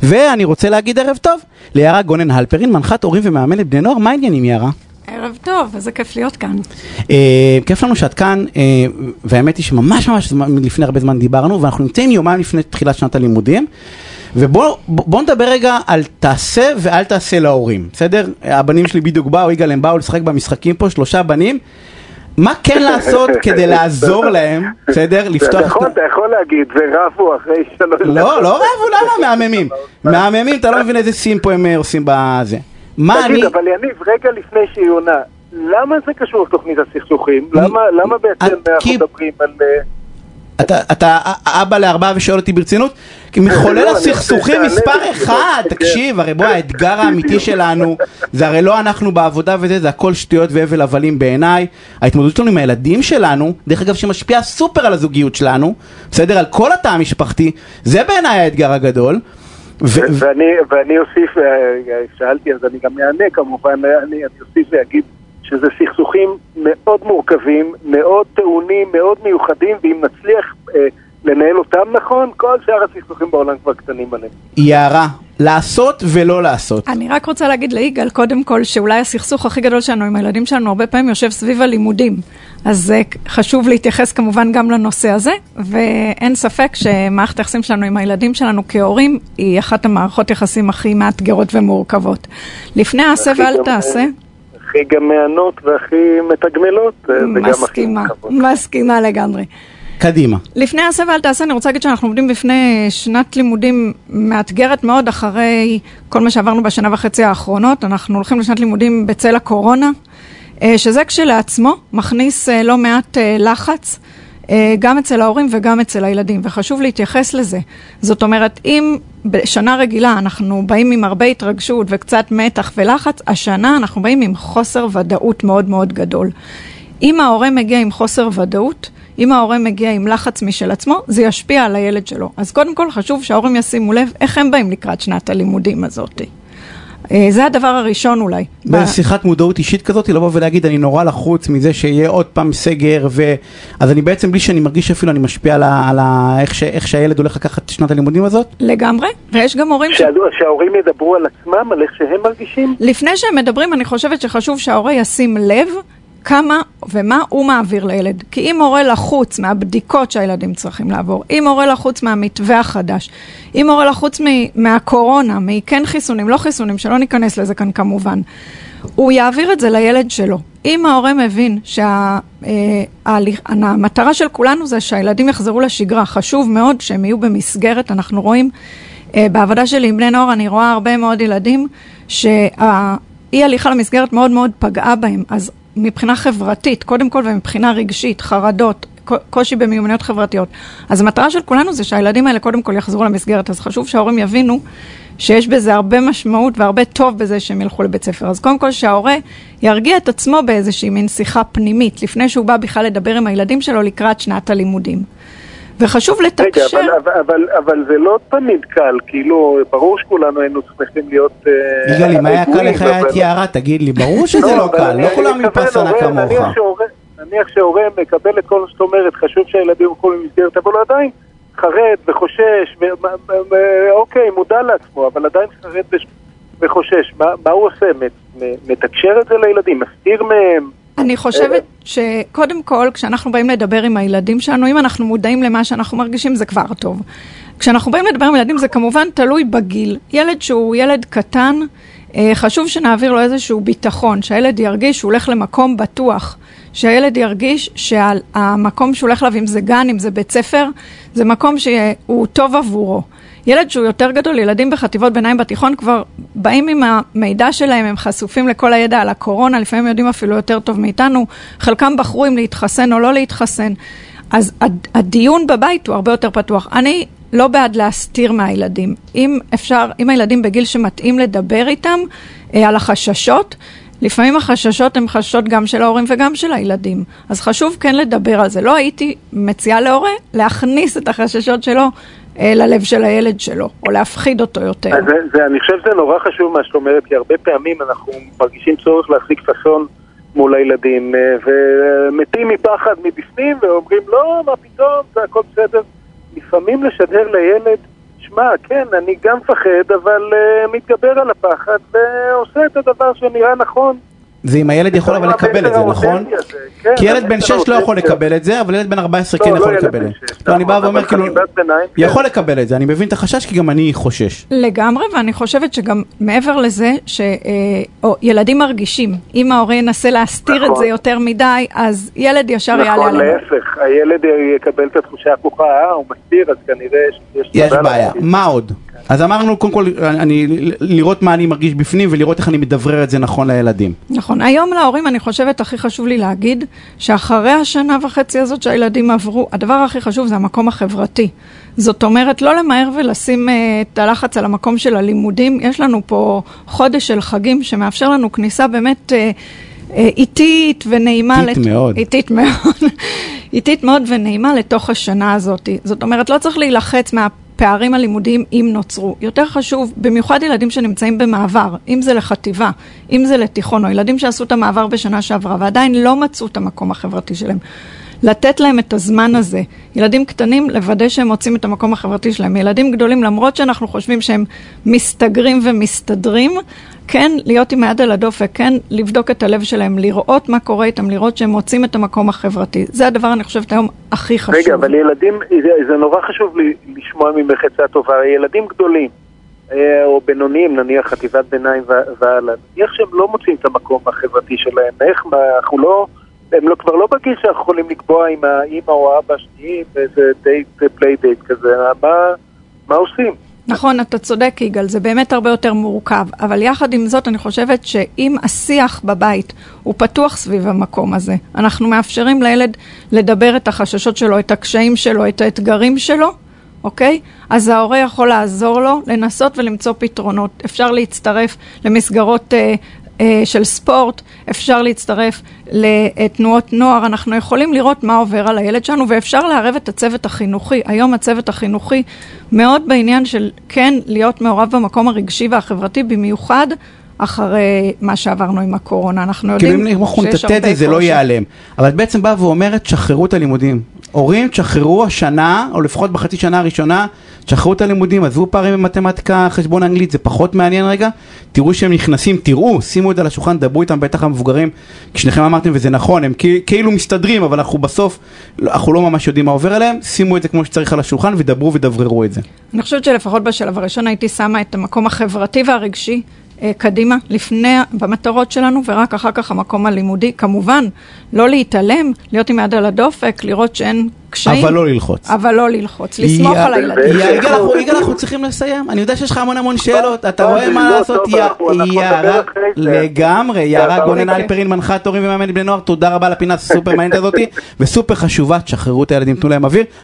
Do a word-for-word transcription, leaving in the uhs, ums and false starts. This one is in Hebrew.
ואני רוצה להגיד ערב טוב ליערה גונן הלפרין, מנחת הורים ומאמנת בני נוער. מה העניינים, יערה? ערב טוב, איזה כיף להיות כאן. כיף לנו שאת כאן, והאמת היא שממש ממש לפני הרבה זמן דיברנו, ואנחנו נמצאים יומיים לפני תחילת שנת הלימודים, ובואו נדבר רגע על תעשה ואל תעשה להורים, בסדר? הבנים שלי בדיוק באו, יגאל, הם באו לשחק במשחקים פה, שלושה בנים. מה כן לעשות כדי לעזור להם, בסדר? לפתוח... אתה יכול להגיד, ורבו אחרי שלוש... לא, לא רבו, למה? מהממים. מהממים, אתה לא מבין איזה סים פה הם עושים בזה. מה אני... תגיד, אבל יניב, רגע לפני שהיא עונה, למה זה קשור לתוכנית הסכסוכים? למה בעצם אנחנו מדברים על... אתה אבא לארבעה ושואל אותי ברצינות? כי מחולל הסכסוכים מספר אחד, תקשיב, הרי בוא, האתגר האמיתי שלנו, זה הרי לא אנחנו בעבודה וזה, זה הכל שטויות והבל הבלים בעיניי. ההתמודדות שלנו עם הילדים שלנו, דרך אגב שמשפיע סופר על הזוגיות שלנו, בסדר, על כל התא המשפחתי, זה בעיניי האתגר הגדול. ואני אוסיף, שאלתי אז אני גם אענה כמובן, אני אוסיף ואגיד שזה סכסוכים מאוד מורכבים, מאוד טעונים, מאוד מיוחדים, ואם נצליח אה, לנהל אותם נכון, כל שאר הסכסוכים בעולם כבר קטנים עליהם. יערה, לעשות ולא לעשות. אני רק רוצה להגיד ליגאל, קודם כל, שאולי הסכסוך הכי גדול שלנו עם הילדים שלנו הרבה פעמים יושב סביב הלימודים. אז אה, חשוב להתייחס כמובן גם לנושא הזה, ואין ספק שמערכת היחסים שלנו עם הילדים שלנו כהורים, היא אחת המערכות יחסים הכי מאתגרות ומורכבות. לפני העשה ואל תעשה... הכי גם מענות והכי מתגמלות. מסכימה, מסכימה לגמרי. קדימה. לפני העשה ואל תעשה, אני רוצה להגיד שאנחנו עובדים בפני שנת לימודים מאתגרת מאוד אחרי כל מה שעברנו בשנה וחצי האחרונות. אנחנו הולכים לשנת לימודים בצל הקורונה, שזה כשלעצמו מכניס לא מעט לחץ, גם אצל ההורים וגם אצל הילדים, וחשוב להתייחס לזה. זאת אומרת, אם בשנה רגילה אנחנו באים עם הרבה התרגשות וקצת מתח ולחץ, השנה אנחנו באים עם חוסר ודאות מאוד מאוד גדול. אם ההורה מגיע עם חוסר ודאות, אם ההורה מגיע עם לחץ משל עצמו, זה ישפיע על הילד שלו. אז קודם כל חשוב שההורים ישימו לב איך הם באים לקראת שנת הלימודים הזאת. זה הדבר הראשון אולי. בשיחת מודעות אישית כזאת, לבוא ולהגיד, אני נורא לחוץ מזה שיהיה עוד פעם סגר, אז אני בעצם, בלי שאני מרגיש אפילו, אני משפיע על איך שהילד הולך לקחת שנת הלימודים הזאת? לגמרי, ויש גם הורים... שההורים ידברו על עצמם, על איך שהם מרגישים? לפני שהם מדברים, אני חושבת שחשוב שההורה ישים לב, כמה ומה הוא מעביר לילד. כי אם הורה לחוץ מהבדיקות שהילדים צריכים לעבור, אם הורה לחוץ מהמתווה החדש, אם הורה לחוץ מהקורונה, מכן חיסונים, לא חיסונים, שלא ניכנס לזה כאן כמובן, הוא יעביר את זה לילד שלו. אם ההורה מבין שהמטרה של כולנו זה שהילדים יחזרו לשגרה, חשוב מאוד שהם יהיו במסגרת. אנחנו רואים, בעבודה שלי עם בני נוער, אני רואה הרבה מאוד ילדים שהאי הליכה למסגרת מאוד מאוד פגעה בהם. אז מבחינה חברתית, קודם כל, ומבחינה רגשית, חרדות, קושי במיומנויות חברתיות. אז המטרה של כולנו זה שהילדים האלה קודם כל יחזרו למסגרת. אז חשוב שההורים יבינו שיש בזה הרבה משמעות והרבה טוב בזה שהם ילכו לבית ספר. אז קודם כל שההורה ירגיע את עצמו באיזושהי מין שיחה פנימית, לפני שהוא בא בכלל לדבר עם הילדים שלו לקראת שנת הלימודים. וחשוב לתקשר... רגע, אבל, אבל, אבל זה לא תמיד קל, כאילו, ברור שכולנו היינו צריכים להיות... יגאל, אם היה קל לך את יערה, תגיד לי, ברור שזה לא קל, לא כולם מפסנה כמוך. נניח שההורה מקבל את כל מה שאת אומרת, חשוב שהילדים יקבלו במסגרת, אבל הוא עדיין חרד וחושש, אוקיי, מודע לעצמו, אבל עדיין חרד וחושש. מה הוא עושה? מתקשר את זה לילדים, מסתיר מהם? אני חושבת שקודם כל, כשאנחנו באים לדבר עם הילדים שלנו, אם אנחנו מודעים למה שאנחנו מרגישים, זה כבר טוב. כשאנחנו באים לדבר עם ילדים, זה כמובן תלוי בגיל. ילד שהוא ילד קטן, חשוב שנעביר לו איזשהו ביטחון, שהילד ירגיש שהוא הולך למקום בטוח, שהילד ירגיש שהמקום שהוא הולך אליו, אם זה גן, אם זה בית ספר, זה מקום שהוא טוב עבורו. ילד שהוא יותר גדול, ילדים בחטיבות ביניים בתיכון כבר באים עם המידע שלהם, הם חשופים לכל הידע על הקורונה, לפעמים יודעים אפילו יותר טוב מאיתנו, חלקם בחרו אם להתחסן או לא להתחסן. אז הדיון בבית הוא הרבה יותר פתוח. אני לא בעד להסתיר מהילדים. אם אפשר, אם הילדים בגיל שמתאים לדבר איתם על החששות, לפעמים החששות הם חששות גם של ההורים וגם של הילדים. אז חשוב כן לדבר על זה. לא הייתי מציעה להורה להכניס את החששות שלו ללב של הילד שלו, או להפחיד אותו יותר. זה, זה, אני חושב שזה נורא חשוב מה שאת אומרת, כי הרבה פעמים אנחנו מרגישים צורך להחזיק פאסון מול הילדים, ומתים מפחד מבפנים, ואומרים, לא, מה פתאום, זה הכל בסדר. לפעמים לשדר לילד שמע, כן, אני גם מפחד, אבל uh, מתגבר על הפחד ועושה את הדבר שנראה נכון. זה אם הילד יכול אבל לקבל את זה, נכון? כי ילד בן שש לא יכול לקבל את זה, אבל ילד בן ארבע עשרה כן יכול לקבל את זה. לא, אני בא ואומר כאילו, יכול לקבל את זה, אני מבין את החשש כי גם אני חושש. לגמרי, ואני חושבת שגם מעבר לזה, שילדים מרגישים, אם ההורה ינסה להסתיר את זה יותר מדי, אז ילד ישר יעלה עליו. נכון, להפך, הילד יקבל את התחושה הפוכה, הוא מסתיר, אז כנראה יש בעיה. מה עוד? אז אמרנו, קודם כל, אני, לראות מה אני מרגיש בפנים, ולראות איך אני מדברר את זה נכון לילדים. נכון. היום להורים, אני חושבת, הכי חשוב לי להגיד, שאחרי השנה וחצי הזאת שהילדים עברו, הדבר הכי חשוב זה המקום החברתי. זאת אומרת, לא למהר ולשים את הלחץ על המקום של הלימודים. יש לנו פה חודש של חגים, שמאפשר לנו כניסה באמת איטית ונעימה. איטית לת... מאוד. איטית מאוד. איטית מאוד ונעימה לתוך השנה הזאת. זאת אומרת, לא צריך להילחץ מה... פערים הלימודיים אם נוצרו. יותר חשוב, במיוחד ילדים שנמצאים במעבר, אם זה לחטיבה, אם זה לתיכון, או ילדים שעשו את המעבר בשנה שעברה, ועדיין לא מצאו את המקום החברתי שלהם. לתת להם את הזמן הזה. ילדים קטנים, לוודא שהם מוצאים את המקום החברתי שלהם. ילדים גדולים, למרות שאנחנו חושבים שהם מסתגרים ומסתדרים, כן, להיות עם היד על הדופק, כן, לבדוק את הלב שלהם, לראות מה קורה איתם, לראות שהם מוצאים את המקום החברתי. זה הדבר, אני חושבת, היום הכי חשוב. רגע, אבל ילדים, זה, זה נורא חשוב לי לשמוע ממך עצה טובה. ילדים גדולים, או בינוניים, נניח חטיבת ביניים והלאה, איך שהם לא מוצאים את המקום החברתי שלהם, איך, מה, אנחנו לא... הם לא, כבר לא בגיל שאנחנו יכולים לקבוע עם האמא או האבא השניים באיזה דייט, פליי דייט כזה. מה, מה עושים? נכון, אתה צודק, יגאל, זה באמת הרבה יותר מורכב. אבל יחד עם זאת, אני חושבת שאם השיח בבית הוא פתוח סביב המקום הזה, אנחנו מאפשרים לילד לדבר את החששות שלו, את הקשיים שלו, את האתגרים שלו, אוקיי? אז ההורה יכול לעזור לו לנסות ולמצוא פתרונות. אפשר להצטרף למסגרות אה, של ספורט, אפשר להצטרף לתנועות נוער, אנחנו יכולים לראות מה עובר על הילד שלנו, ואפשר לערב את הצוות החינוכי. היום הצוות החינוכי מאוד בעניין של כן להיות מעורב במקום הרגשי והחברתי, במיוחד אחרי מה שעברנו עם הקורונה. אנחנו יודעים שיש הרבה קורונה. כאילו אם נתתת זה לא ייעלם. אבל את בעצם באה ואומרת, שחררו את הלימודים. הורים, תשחררו השנה, או לפחות בחצי שנה הראשונה, תשחררו את הלימודים, עזבו פערים במתמטיקה, חשבון אנגלית, זה פחות מעניין רגע. תראו שהם נכנסים, תראו, שימו את זה על השולחן, דברו איתם בטח המבוגרים, כשניכם אמרתם וזה נכון, הם כאילו מסתדרים, אבל אנחנו בסוף, אנחנו לא ממש יודעים מה עובר עליהם, שימו את זה כמו שצריך על השולחן, ודברו ודבררו את זה. אני חושבת שלפחות בשלב הראשון הייתי שמה את המקום החברתי והרגשי, קדימה, לפני, במטרות שלנו, ורק אחר כך המקום הלימודי. כמובן, לא להתעלם, להיות עם יד על הדופק, לראות שאין קשיים. אבל לא ללחוץ. אבל לא ללחוץ, לסמוך על הילדים. יגאל, אנחנו צריכים לסיים. אני יודע שיש לך המון המון שאלות. אתה רואה מה לעשות? יערה, לגמרי. יערה גונן אלפרין, מנחת הורים ומאמנת בני נוער. תודה רבה לפינה הסופר מעניינת הזאת, וסופר חשובה. תשחררו את הילדים, תנו להם אוויר.